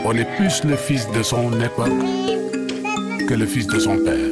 On est plus le fils de son époque que le fils de son père.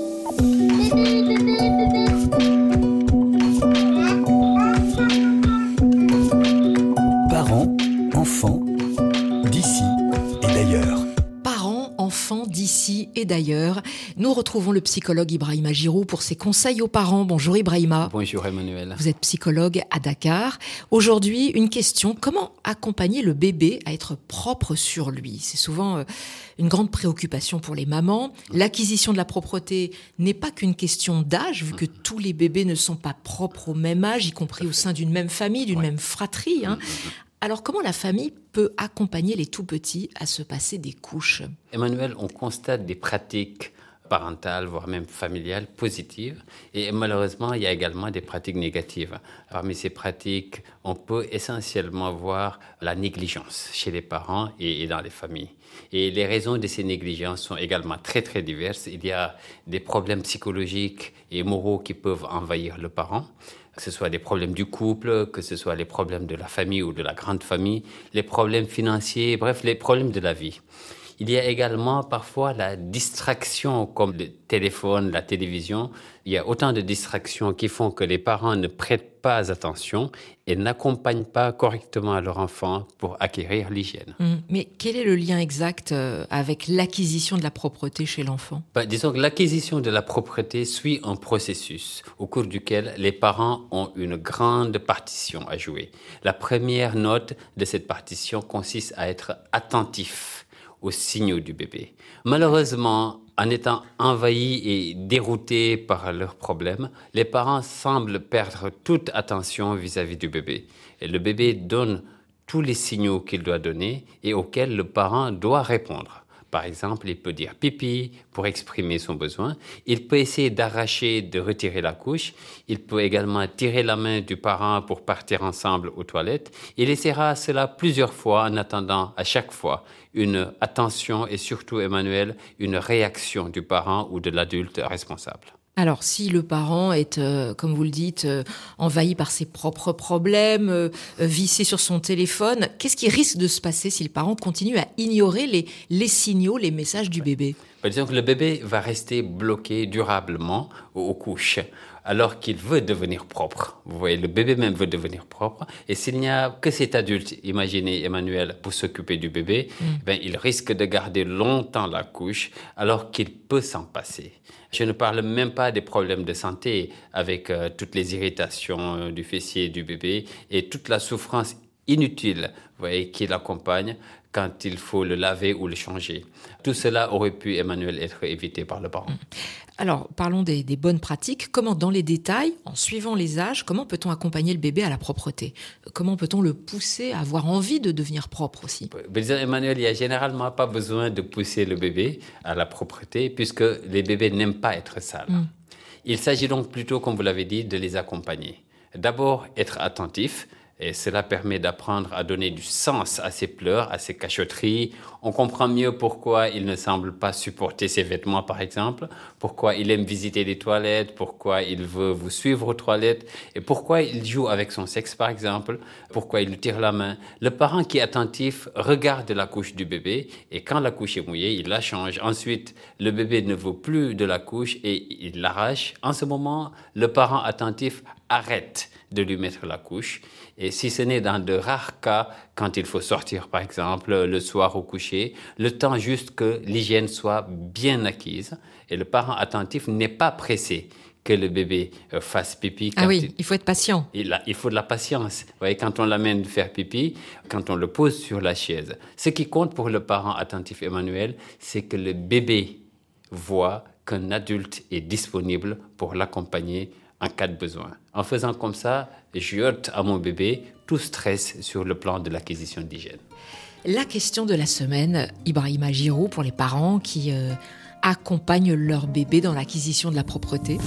Parents, enfants, d'ici et d'ailleurs. Parents, enfants d'ici et d'ailleurs. Nous retrouvons le psychologue Ibrahima Giroux pour ses conseils aux parents. Bonjour Ibrahima. Bonjour Emmanuel. Vous êtes psychologue à Dakar. Aujourd'hui, une question, comment accompagner le bébé à être propre sur lui ? C'est souvent une grande préoccupation pour les mamans. L'acquisition de la propreté n'est pas qu'une question d'âge, vu que tous les bébés ne sont pas propres au même âge, y compris au sein d'une même famille, d'une même fratrie. Alors, comment la famille peut accompagner les tout-petits à se passer des couches ? Emmanuel, on constate des pratiques parentales, voire même familiales, positives. Et malheureusement, il y a également des pratiques négatives. Parmi ces pratiques, on peut essentiellement voir la négligence chez les parents et dans les familles. Et les raisons de ces négligences sont également très, très diverses. Il y a des problèmes psychologiques et moraux qui peuvent envahir le parent, que ce soit des problèmes du couple, que ce soit les problèmes de la famille ou de la grande famille, les problèmes financiers, bref, les problèmes de la vie. Il y a également parfois la distraction, comme le téléphone, la télévision. Il y a autant de distractions qui font que les parents ne prêtent pas attention et n'accompagnent pas correctement leur enfant pour acquérir l'hygiène. Mais quel est le lien exact avec l'acquisition de la propreté chez l'enfant ? Disons que l'acquisition de la propreté suit un processus au cours duquel les parents ont une grande partition à jouer. La première note de cette partition consiste à être attentif aux signaux du bébé. Malheureusement, en étant envahis et déroutés par leurs problèmes, les parents semblent perdre toute attention vis-à-vis du bébé. Et le bébé donne tous les signaux qu'il doit donner et auxquels le parent doit répondre. Par exemple, il peut dire pipi pour exprimer son besoin. Il peut essayer d'arracher, de retirer la couche. Il peut également tirer la main du parent pour partir ensemble aux toilettes. Il essaiera cela plusieurs fois en attendant à chaque fois une attention et surtout, Emmanuel, une réaction du parent ou de l'adulte responsable. Alors, si le parent est, comme vous le dites, envahi par ses propres problèmes, vissé sur son téléphone, qu'est-ce qui risque de se passer si le parent continue à ignorer les signaux, les messages du bébé ? Disons que le bébé va rester bloqué durablement aux couches, alors qu'il veut devenir propre. Vous voyez, le bébé même veut devenir propre. Et s'il n'y a que cet adulte, imaginez Emmanuel, pour s'occuper du bébé, il risque de garder longtemps la couche, alors qu'il peut s'en passer. Je ne parle même pas des problèmes de santé avec toutes les irritations du fessier du bébé et toute la souffrance inutile, vous voyez, qui l'accompagne quand il faut le laver ou le changer. Tout cela aurait pu, Emmanuel, être évité par le parent. Alors, parlons des bonnes pratiques. Comment, dans les détails, en suivant les âges, comment peut-on accompagner le bébé à la propreté ? Comment peut-on le pousser à avoir envie de devenir propre aussi ? Emmanuel, il n'y a généralement pas besoin de pousser le bébé à la propreté puisque les bébés n'aiment pas être sales. Il s'agit donc plutôt, comme vous l'avez dit, de les accompagner. D'abord, être attentif. Et cela permet d'apprendre à donner du sens à ses pleurs, à ses cachotteries. On comprend mieux pourquoi il ne semble pas supporter ses vêtements, par exemple, pourquoi il aime visiter les toilettes, pourquoi il veut vous suivre aux toilettes, et pourquoi il joue avec son sexe, par exemple, pourquoi il lui tire la main. Le parent qui est attentif regarde la couche du bébé, et quand la couche est mouillée, il la change. Ensuite, le bébé ne veut plus de la couche et il l'arrache. En ce moment, le parent attentif arrête de lui mettre la couche. Et si ce n'est dans de rares cas, quand il faut sortir, par exemple, le soir au coucher, le temps juste que l'hygiène soit bien acquise. Et le parent attentif n'est pas pressé que le bébé fasse pipi. Il faut être patient. Il faut de la patience. Vous voyez, quand on l'amène faire pipi, quand on le pose sur la chaise. Ce qui compte pour le parent attentif, Emmanuel, c'est que le bébé voit qu'un adulte est disponible pour l'accompagner en cas de besoin. En faisant comme ça, je ôte à mon bébé tout stress sur le plan de l'acquisition d'hygiène. La question de la semaine, Ibrahima Giroux, pour les parents qui accompagnent leur bébé dans l'acquisition de la propreté.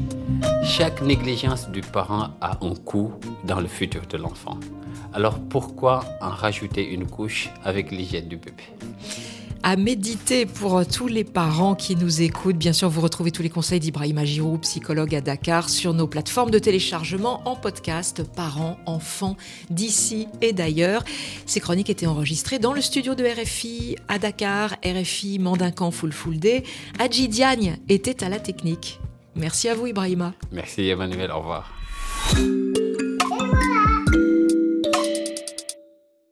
Chaque négligence du parent a un coût dans le futur de l'enfant. Alors pourquoi en rajouter une couche avec l'hygiène du bébé ? à méditer pour tous les parents qui nous écoutent. Bien sûr, vous retrouvez tous les conseils d'Ibrahima Giroux, psychologue à Dakar, sur nos plateformes de téléchargement en podcast parents, enfants, d'ici et d'ailleurs. Ces chroniques étaient enregistrées dans le studio de RFI à Dakar, RFI Mandincan Full Day. Adji Diagne était à la technique. Merci à vous, Ibrahima. Merci Emmanuel, au revoir.